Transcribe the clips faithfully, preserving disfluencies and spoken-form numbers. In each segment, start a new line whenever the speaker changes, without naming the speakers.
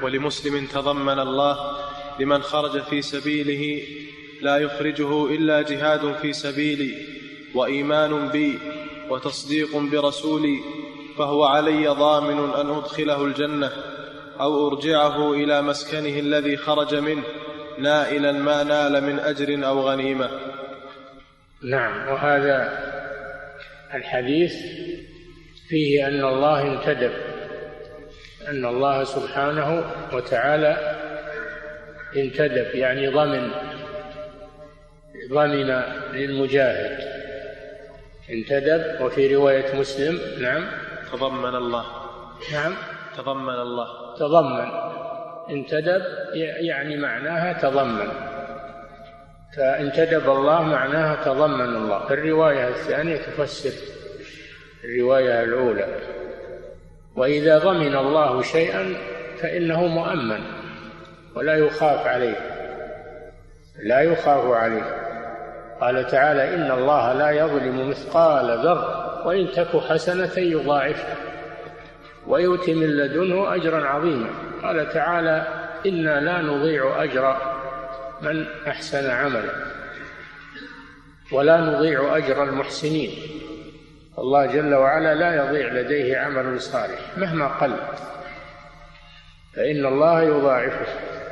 ولمسلم تضمن الله لمن خرج في سبيله لا يخرجه إلا جهاد في سبيلي وإيمان بي وتصديق برسولي، فهو علي ضامن أن أدخله الجنة أو أرجعه إلى مسكنه الذي خرج منه نائلا ما نال من أجر أو غنيمة.
نعم. وهذا الحديث فيه أن الله انتدب، أن الله سبحانه وتعالى انتدب، يعني ضمن ضمن للمجاهد، انتدب. وفي رواية مسلم نعم
تضمن الله.
نعم
تضمن الله.
تضمن. انتدب يعني معناها تضمن، فانتدب الله معناها تضمن الله. الرواية الثانية تفسر الرواية الأولى. وإذا ضمن الله شيئا فإنه مؤمن ولا يخاف عليه، لا يخاف عليه. قال تعالى: إن الله لا يظلم مثقال ذرة وإن تك حسنة يضاعفها ويؤتي من لدنه أجرا عظيما. قال تعالى: إنا لا نضيع أجر من أحسن عملا ولا نضيع أجر المحسنين. الله جل وعلا لا يضيع لديه عمل صالح مهما قل، فإن الله يضاعفه،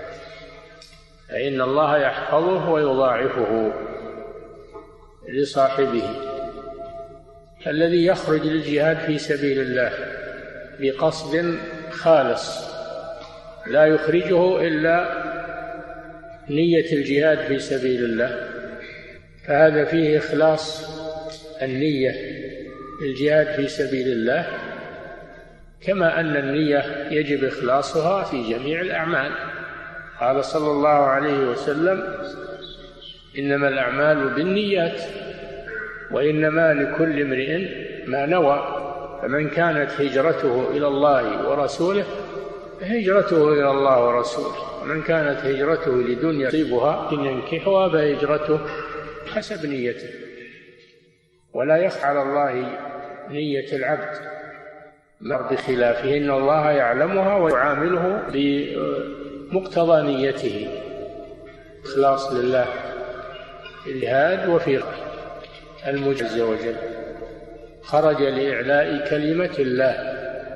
فإن الله يحفظه ويضاعفه لصاحبه. الذي يخرج للجهاد في سبيل الله بقصد خالص لا يخرجه إلا نية الجهاد في سبيل الله، فهذا فيه إخلاص النية للجهاد في سبيل الله، كما أن النية يجب إخلاصها في جميع الأعمال. قال صلى الله عليه وسلم: إنما الأعمال بالنيات وإنما لكل امرئ ما نوى، فمن كانت هجرته إلى الله ورسوله فهجرته إلى الله ورسوله، ومن كانت هجرته لدنيا يصيبها إن ينكحها فهجرته حسب نيته. ولا يخفى على الله نية العبد بخلافه، إن الله يعلمها ويعامله بمقتضى نيته. إخلاص لله في الجهاد وفي المجاهد عز وجل، خرج لإعلاء كلمة الله،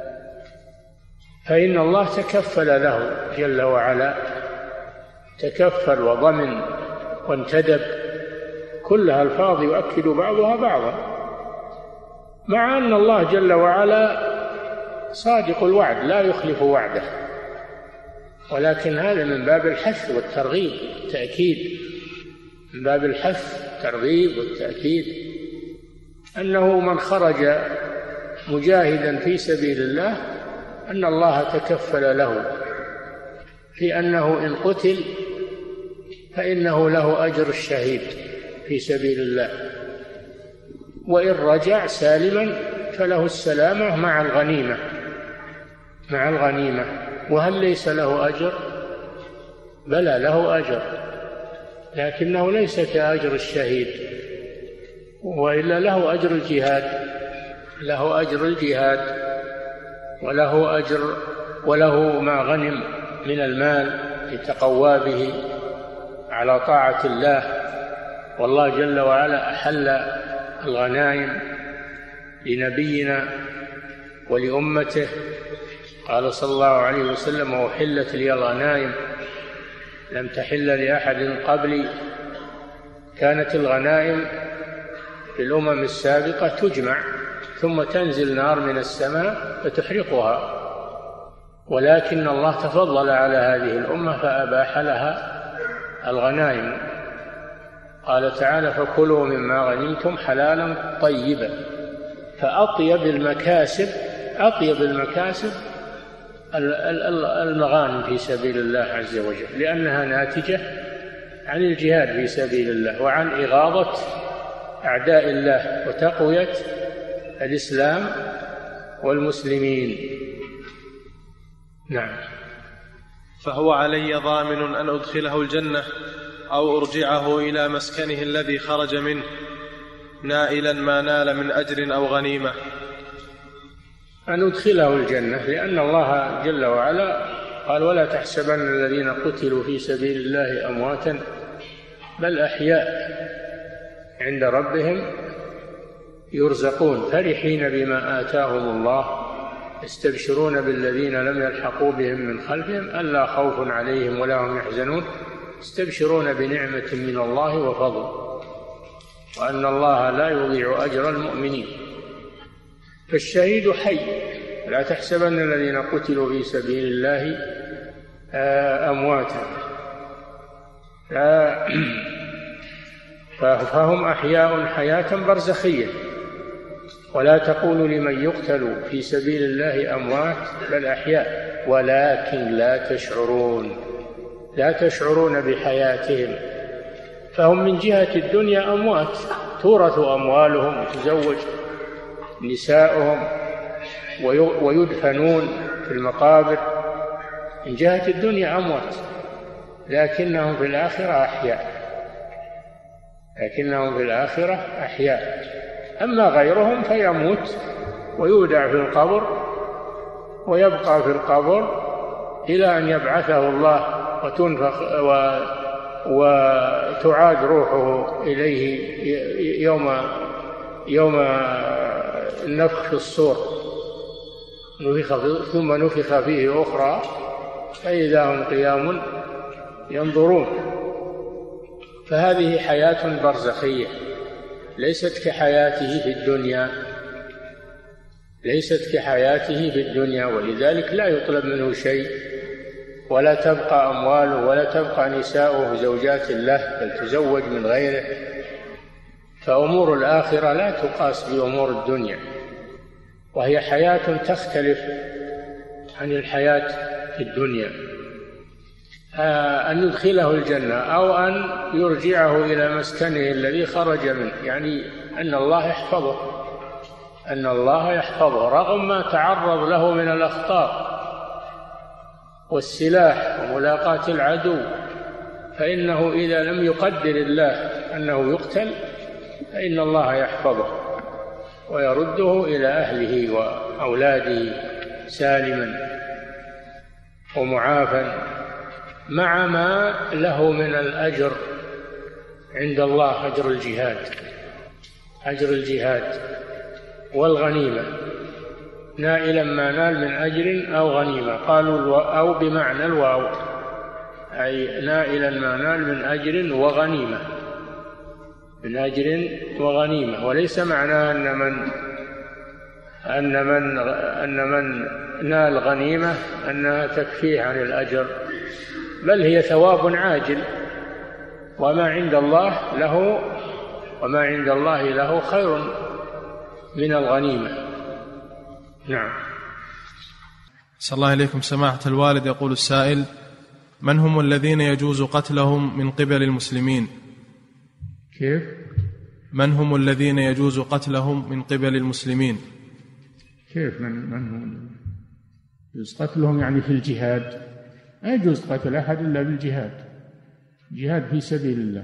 فإن الله تكفل له جل وعلا، تكفل وضمن وانتدب، كلها ألفاظ يؤكد بعضها بعضا، مع أن الله جل وعلا صادق الوعد لا يخلف وعده، ولكن هذا من باب الحث والترغيب والتأكيد، من باب الحث والترغيب والتأكيد، أنه من خرج مجاهدا في سبيل الله أن الله تكفل له في أنه إن قتل فإنه له أجر الشهيد في سبيل الله، وإن رجع سالما فله السلامة مع الغنيمة مع الغنيمة. وهل ليس له أجر؟ بلى له أجر، لكنه ليس كأجر الشهيد، وإلا له أجر الجهاد، له أجر الجهاد وله أجر وله ما غنم من المال يتقوى به على طاعة الله. والله جل وعلا أحل الغنائم لنبينا ولأمته، قال صلى الله عليه وسلم: وأحلت لي الغنائم لم تحل لأحد قبلي. كانت الغنائم في الأمم السابقة تجمع ثم تنزل نار من السماء فتحرقها، ولكن الله تفضل على هذه الأمة فأباح لها الغنائم. قال تعالى: فكلوا مما غنمتم حلالا طيبا. فأطيب المكاسب أطيب المكاسب المغانم في سبيل الله عز وجل، لأنها ناتجة عن الجهاد في سبيل الله وعن إغاظة أعداء الله وتقوية الإسلام والمسلمين. نعم.
فهو علي ضامن أن أدخله الجنة أو أرجعه إلى مسكنه الذي خرج منه نائلا ما نال من أجر أو غنيمة.
أن أدخله الجنة، لأن الله جل وعلا قال ولا تحسبن الذين قتلوا في سبيل الله أمواتا بل أحياء عند ربهم يرزقون فرحين بما آتاهم الله يستبشرون بالذين لم يلحقوا بهم من خلفهم ألا خوف عليهم ولا هم يحزنون يستبشرون بنعمة من الله وفضل وأن الله لا يضيع أجر المؤمنين. فالشهيد حي. لا تحسبن الذين قتلوا في سبيل الله أمواتا فهم أحياء حياة برزخية. ولا تقولوا لمن يقتل في سبيل الله أموات بل أحياء ولكن لا تشعرون لا تشعرون بحياتهم. فهم من جهة الدنيا أموات تورث أموالهم وتزوج نساؤهم ويدفنون في المقابر. من جهة الدنيا أموات لكنهم في الآخرة أحياء لكنهم في الآخرة أحياء. أما غيرهم فيموت ويودع في القبر ويبقى في القبر إلى أن يبعثه الله وتنفخ و وتعاد روحه إليه يوم يوم النفخ في الصور ثم نفخ فيه أخرى فإذا هم قيام ينظرون. فهذه حياة برزخية ليست كحياته في الدنيا ليست كحياته في الدنيا ولذلك لا يطلب منه شيء ولا تبقى أمواله ولا تبقى نساؤه زوجات له بل تزوج من غيره. فأمور الآخرة لا تقاس بأمور الدنيا وهي حياة تختلف عن الحياة في الدنيا. أن يدخله الجنة أو أن يرجعه إلى مسكنه الذي خرج منه يعني أن الله يحفظه أن الله يحفظه رغم ما تعرض له من الأخطار والسلاح وملاقاة العدو. فإنه إذا لم يقدر الله أنه يقتل فإن الله يحفظه ويرده إلى أهله وأولاده سالما ومعافى مع ما له من الأجر عند الله أجر الجهاد أجر الجهاد والغنيمة نائلا ما نال من أجر أو غنيمة. قالوا أو بمعنى الواو أي نائلا ما نال من أجر وغنيمة من أجر وغنيمة. وليس معناه أن من أن من أن من نال غنيمة أنها تكفيه عن الأجر بل هي ثواب عاجل وما عند الله له وما عند الله له خير من الغنيمة. نعم.
صلى الله عليكم سماحة الوالد. يقول السائل: من هم الذين يجوز قتلهم من قبل المسلمين؟
كيف؟
من هم الذين يجوز قتلهم من قبل المسلمين؟
كيف من من هم يجوز قتلهم؟ يعني في الجهاد لا يجوز قتل أحد إلا بالجهاد جهاد في سبيل الله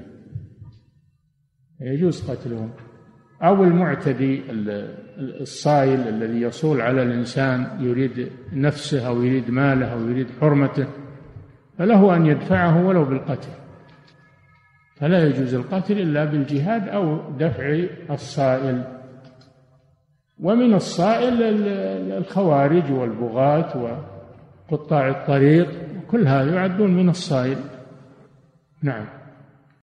يجوز قتلهم. أو المعتدي الصائل الذي يصول على الإنسان يريد نفسه أو يريد ماله أو يريد حرمته فله أن يدفعه ولو بالقتل. فلا يجوز القتل إلا بالجهاد أو دفع الصائل. ومن الصائل الخوارج والبغاة وقطاع الطريق كل هذا يعدون من الصائل. نعم.